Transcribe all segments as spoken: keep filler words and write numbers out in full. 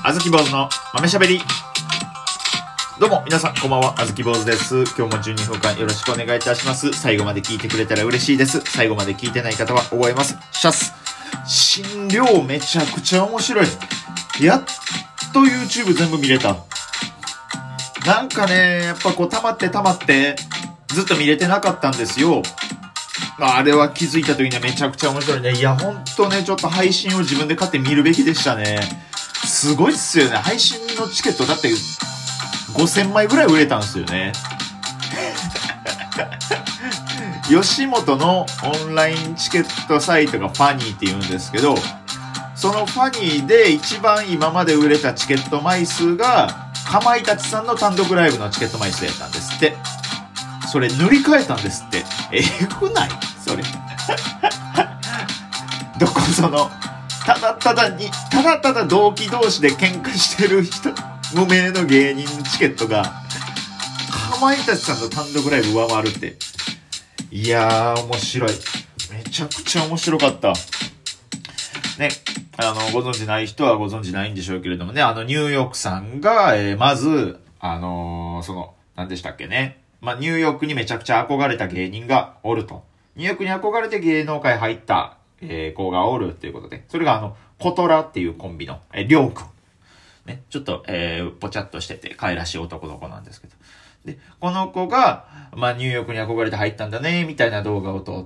あずき坊主の豆しゃべり。どうも皆さんこんばんは、あずき坊主です。今日もじゅうにふんかんよろしくお願いいたします。最後まで聞いてくれたら嬉しいです。最後まで聞いてない方は覚えますシャス。診療めちゃくちゃ面白い。やっと YouTube 全部見れた。なんかね、やっぱこう溜まって溜まってずっと見れてなかったんですよ。まあ、あれは気づいた時にはめちゃくちゃ面白いね。いやほんとね、ちょっと配信を自分で買って見るべきでしたね。すごいっすよね。配信のチケットだってごせんまいぐらい売れたんですよね。吉本のオンラインチケットサイトがファニーって言うんですけど、そのファニーで一番今まで売れたチケット枚数がかまいたちさんの単独ライブのチケット枚数やったんですって。それ塗り替えたんですって。えぐないそれ。どこそのただただにただただ同期同士で喧嘩してる人無名の芸人のチケットがかまいたちさんの単独ライブ上回るって。いやー面白い。めちゃくちゃ面白かったね。あのご存知ない人はご存知ないんでしょうけれどもね、あのニューヨークさんが、えー、まずあのー、その何でしたっけね、まあニューヨークにめちゃくちゃ憧れた芸人がおると。ニューヨークに憧れて芸能界入った、えー、子がおるっていうことで、それがあのコトラっていうコンビのえー、りょうくんね、ちょっと、えー、ぽちゃっとしてて可愛らしい男の子なんですけど、でこの子がまあニューヨークに憧れて入ったんだねみたいな動画を撮って、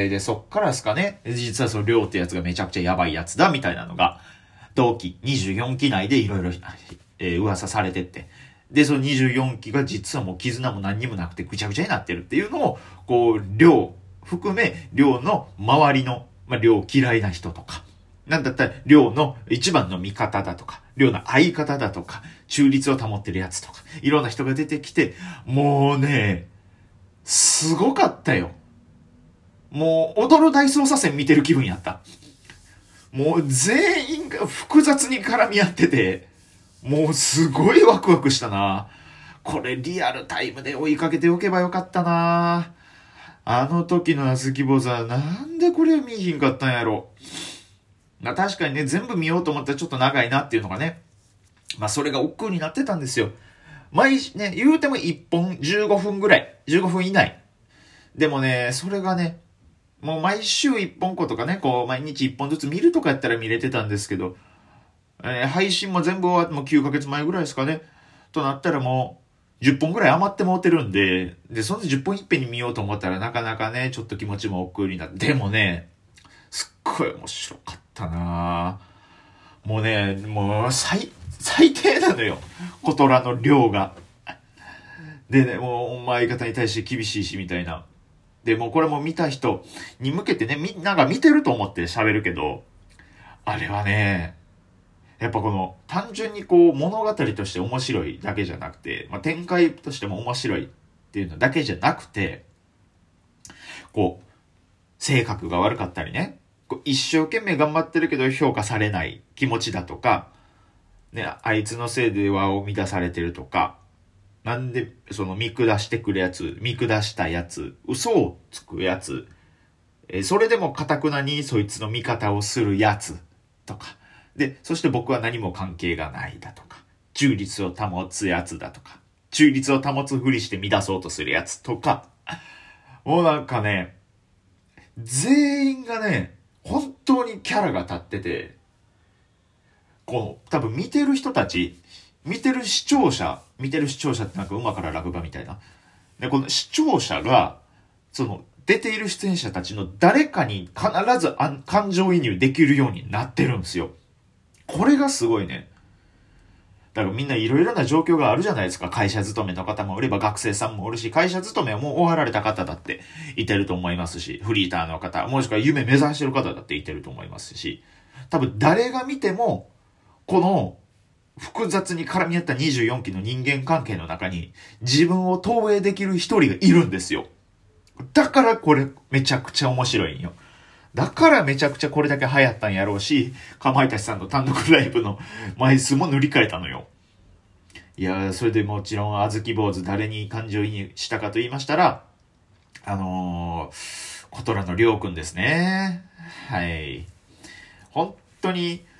でそっからですかね、実はそのりょうってやつがめちゃくちゃやばいやつだみたいなのが同期にじゅうよんき内でいろいろ噂されてって、でそのにじゅうよんきが実はもう絆も何にもなくてぐちゃぐちゃになってるっていうのをこうりょう含めりょうの周りのまありょう嫌いな人とか、なんだったらりょうの一番の味方だとか、りょうの相方だとか、中立を保ってるやつとか、いろんな人が出てきて、もうねすごかったよ。もう踊る大捜査線見てる気分やった。もう全員が複雑に絡み合ってて、もうすごいワクワクしたな。これリアルタイムで追いかけておけばよかったな。あの時のあずき坊主はなんでこれ見ひんかったんやろ。まあ確かにね、全部見ようと思ったらちょっと長いなっていうのがね、まあそれが億劫になってたんですよ。毎ね、言うてもいっぽんじゅうごふんぐらい、じゅうごふん以内。でもね、それがね、もう毎週いっぽんことかね、こう毎日いっぽんずつ見るとかやったら見れてたんですけど、えー、配信も全部終わってもうきゅうかげつまえぐらいですかね、となったらもうじゅっぽんぐらい余ってもうてるんで、でそのじゅっぽんいっぺんに見ようと思ったらなかなかね、ちょっと気持ちも億劫になって、でもねすっごい面白かったな。もうね、もう最最低なのよ、コトラの量が。でね、もう相方に対して厳しいしみたいな。でもうこれも見た人に向けてね、みんなが見てると思って喋るけど、あれはね、やっぱこの単純にこう物語として面白いだけじゃなくて、まあ、展開としても面白いっていうのだけじゃなくて、こう性格が悪かったりね、こう一生懸命頑張ってるけど評価されない気持ちだとか、ね、あいつのせいで輪を乱されてるとか、なんでその見下してくるやつ、見下したやつ、嘘をつくやつ、えそれでも堅くなにそいつの味方をするやつとかで、そして僕は何も関係がないだとか、中立を保つやつだとか、中立を保つふりして乱そうとするやつとか、もうなんかね、全員がね本当にキャラが立ってて、こう多分見てる人たち、見てる視聴者、見てる視聴者ってなんか馬から落馬みたいな。で、この視聴者が、その、出ている出演者たちの誰かに必ず感情移入できるようになってるんですよ。これがすごいね。だからみんないろいろな状況があるじゃないですか。会社勤めの方もおれば学生さんもおるし、会社勤めはもう終わられた方だっていてると思いますし、フリーターの方、もしくは夢目指してる方だっていてると思いますし、多分誰が見ても、この、複雑に絡み合ったにじゅうよんきの人間関係の中に自分を投影できる一人がいるんですよ。だからこれめちゃくちゃ面白いんよ。だからめちゃくちゃこれだけ流行ったんやろうし、かまいたちさんの単独ライブの枚数も塗り替えたのよ。いやー、それでもちろんあずき坊主誰に感情移入したかと言いましたら、あのー、コトラのりょうくんですね。はい。本当に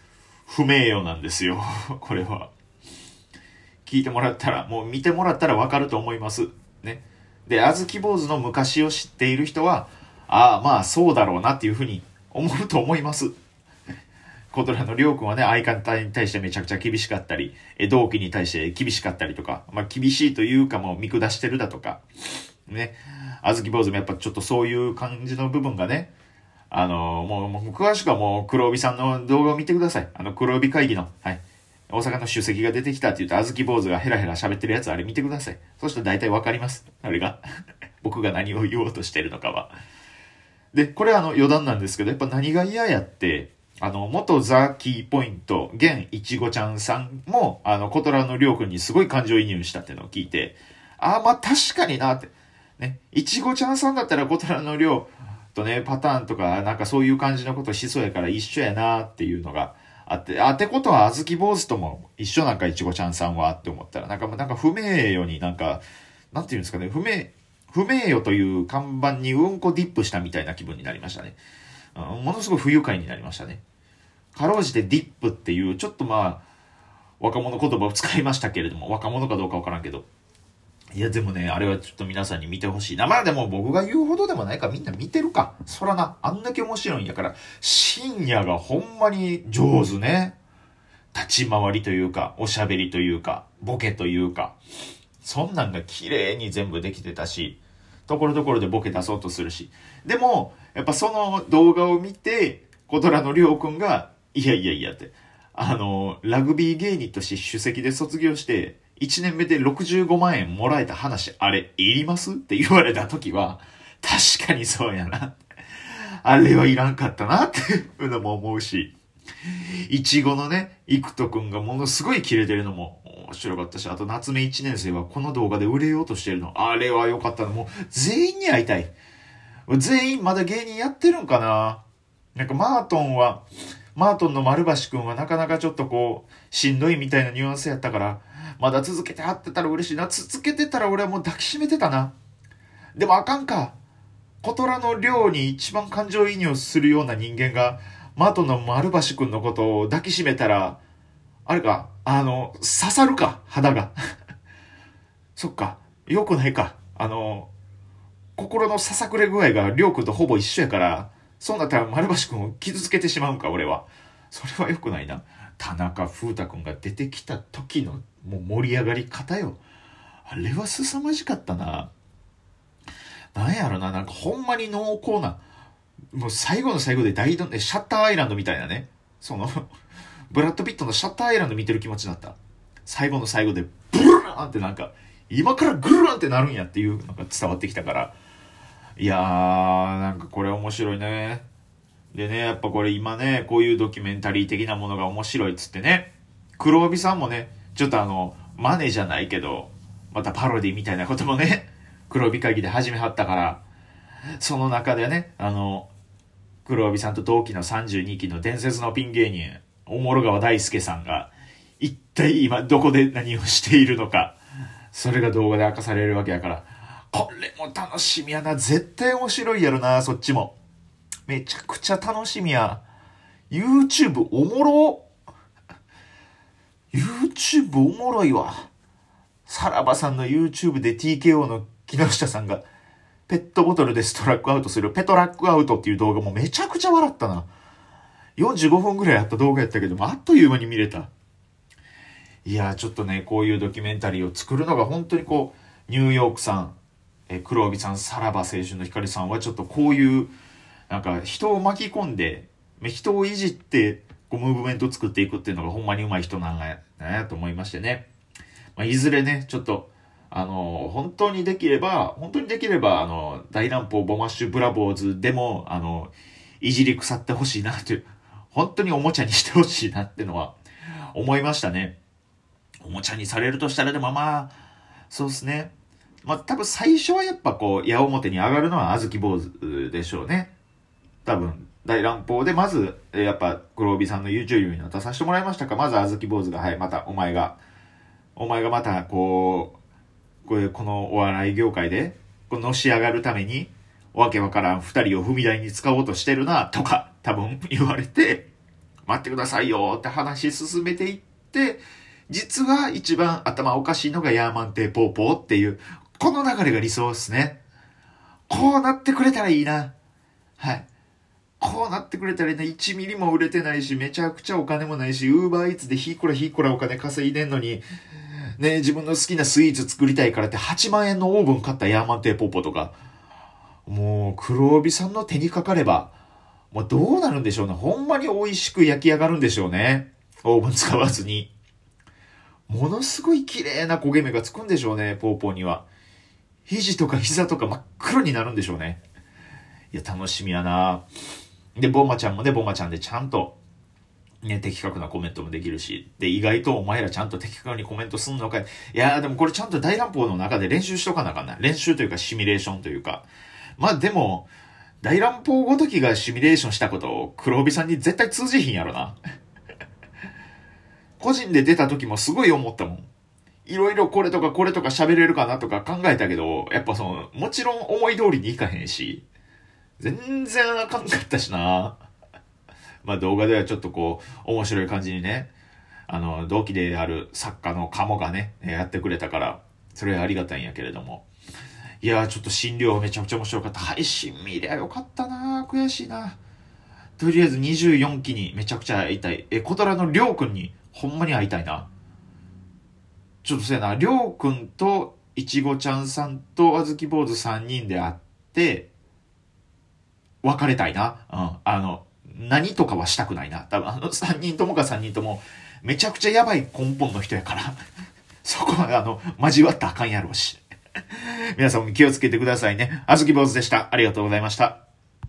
不名誉なんですよ。これは。聞いてもらったら、もう見てもらったらわかると思います。ね。で、あずき坊主の昔を知っている人は、ああ、まあそうだろうなっていうふうに思うと思います。小虎のりょうくんはね、相方に対してめちゃくちゃ厳しかったり、同期に対して厳しかったりとか、まあ厳しいというかもう見下してるだとか、ね。あずき坊主もやっぱちょっとそういう感じの部分がね、あのー、もう、もう詳しくはもう黒帯さんの動画を見てください。あの黒帯会議の、はい。大阪の主席が出てきたって言うと、あずき坊主がヘラヘラ喋ってるやつあれ見てください。そしたら大体わかります。あれが。僕が何を言おうとしてるのかは。で、これあの余談なんですけど、やっぱ何が嫌やって、あの、元ザ・キーポイント、現いちごちゃんさんも、あの、小虎のりょうくんにすごい感情移入したっていうのを聞いて、ああ、まあ確かになって。ね、いちごちゃんさんだったら小虎のりょうとね、パターンとか、なんかそういう感じのことしそうやから一緒やなっていうのがあって、あってことはあずき坊主とも一緒なんかいちごちゃんさんはって思ったら、なんか、なんか不名誉になんか、なんていうんですかね、不名、不名誉という看板にうんこディップしたみたいな気分になりましたね。うん、ものすごい不愉快になりましたね。かろうじてディップっていう、ちょっとまあ、若者言葉を使いましたけれども、若者かどうかわからんけど。いや、でもね、あれはちょっと皆さんに見てほしいな。まあでも僕が言うほどでもないからみんな見てるか。そらな、あんだけ面白いんやから、深夜がほんまに上手ね。立ち回りというか、おしゃべりというか、ボケというか、そんなんが綺麗に全部できてたし、ところどころでボケ出そうとするし。でも、やっぱその動画を見て、小虎のりょうくんが、いやいやいやって、あの、ラグビー芸人として首席で卒業して、いちねんめでろくじゅうごまんえんもらえた話、あれ、いりますって言われた時は、確かにそうやな。あれはいらんかったなっていうのも思うし、いちごのね、いくとくんがものすごいキレてるのも面白かったし、あと夏目いちねん生はこの動画で売れようとしてるの、あれは良かったの。もう全員に会いたい。全員まだ芸人やってるんかな。なんかマートンは、マートンの丸橋くんはなかなかちょっとこう、しんどいみたいなニュアンスやったから、まだ続けてはってたら嬉しいな。続けてたら俺はもう抱きしめてたな。でもあかんか。小虎の寮に一番感情移入するような人間が、マートンの丸橋くんのことを抱きしめたら、あれか、あの、刺さるか、肌が。そっか、よくないか。あの、心のささくれ具合がりょうくんとほぼ一緒やから、そうなったら丸橋くんを傷つけてしまうんか、俺は。それはよくないな。田中風太くんが出てきた時のもう盛り上がり方よ。あれは凄まじかったな。なんやろな、なんかほんまに濃厚な、もう最後の最後で大どん、シャッターアイランドみたいなね。その、ブラッドピットのシャッターアイランド見てる気持ちになった。最後の最後で、ブルーンってなんか、今からグルーンってなるんやっていうのが伝わってきたから。いやー、なんかこれ面白いね。でね、やっぱこれ今ね、こういうドキュメンタリー的なものが面白いっつってね、黒帯さんもね、ちょっとあの、マネじゃないけど、またパロディみたいなこともね、黒帯会議で始めはったから、その中でね、あの、黒帯さんと同期のさんじゅうにきの伝説のピン芸人、おもろがわ大輔さんが、一体今どこで何をしているのか、それが動画で明かされるわけやから、これも楽しみやな。絶対面白いやろな、そっちも。めちゃくちゃ楽しみや。YouTube おもろ。YouTube おもろいわ。さらばさんの YouTube で ティーケーオー の木下さんがペットボトルでストラックアウトするペトラックアウトっていう動画もめちゃくちゃ笑ったな。よんじゅうごふんぐらいあった動画やったけども、あっという間に見れた。いやー、ちょっとね、こういうドキュメンタリーを作るのが本当にこう、ニューヨークさん、え黒帯さん、さらば青春の光さんはちょっとこういうなんか人を巻き込んで人をいじってこうムーブメントを作っていくっていうのがほんまに上手い人なんやなと思いましてね、まあ、いずれねちょっとあの本当にできれば本当にできればあの大乱暴ボマッシュブラボーズでもあのいじり腐ってほしいなという本当におもちゃにしてほしいなっていうのは思いましたね。おもちゃにされるとしたらでもまあそうですね、まあ多分最初はやっぱこう矢面に上がるのはあずき坊主でしょうね。多分大乱暴でまずやっぱ黒帯さんの YouTube に出させてもらいましたか。まずあずき坊主がはいまたお前がお前がまたこうこういうこのお笑い業界でこうのし上がるためにわけわからん二人を踏み台に使おうとしてるなとか多分言われて、 待ってくださいよって話進めていって、実は一番頭おかしいのがヤーマンテーポーポーっていう、この流れが理想ですね。こうなってくれたらいいな。はい。こうなってくれたらいいな。いちミリも売れてないし、めちゃくちゃお金もないし、ウーバーイーツでヒーコラヒーコラお金稼いでんのに、ね、自分の好きなスイーツ作りたいからってはちまんえんのオーブン買ったヤーマンテーポーポーとか、もう黒帯さんの手にかかれば、もうどうなるんでしょうね。ほんまに美味しく焼き上がるんでしょうね。オーブン使わずに。ものすごい綺麗な焦げ目がつくんでしょうね、ポーポーには。肘とか膝とか真っ黒になるんでしょうね。いや、楽しみやな。で、ボマちゃんもね、ボマちゃんでちゃんと、ね、的確なコメントもできるし。で、意外とお前らちゃんと的確にコメントすんのかい。いやーでもこれちゃんと大乱暴の中で練習しとかなあかんな。練習というかシミュレーションというか。まあでも、大乱暴ごときがシミュレーションしたことを黒帯さんに絶対通じひんやろな。個人で出た時もすごい思ったもん。いろいろこれとかこれとか喋れるかなとか考えたけど、やっぱその、もちろん思い通りにいかへんし、全然あかんかったしな。まあ動画ではちょっとこう、面白い感じにね、あの、同期である作家のカモがね、やってくれたから、それはありがたいんやけれども。いやーちょっと診療めちゃくちゃ面白かった。配信見りゃよかったな。悔しいな。とりあえずにじゅうよんきにめちゃくちゃ会いたい。え、小虎のりょうくんにほんまに会いたいな。ちょっとそうやな、りょうくんといちごちゃんさんとあずき坊主さんにんで会って、別れたいな。うん。あの、何とかはしたくないな。多分あのさんにんともかさんにんともめちゃくちゃやばい根本の人やから。そこはあの、交わったらあかんやろうし。皆さんも気をつけてくださいね。あずき坊主でした。ありがとうございました。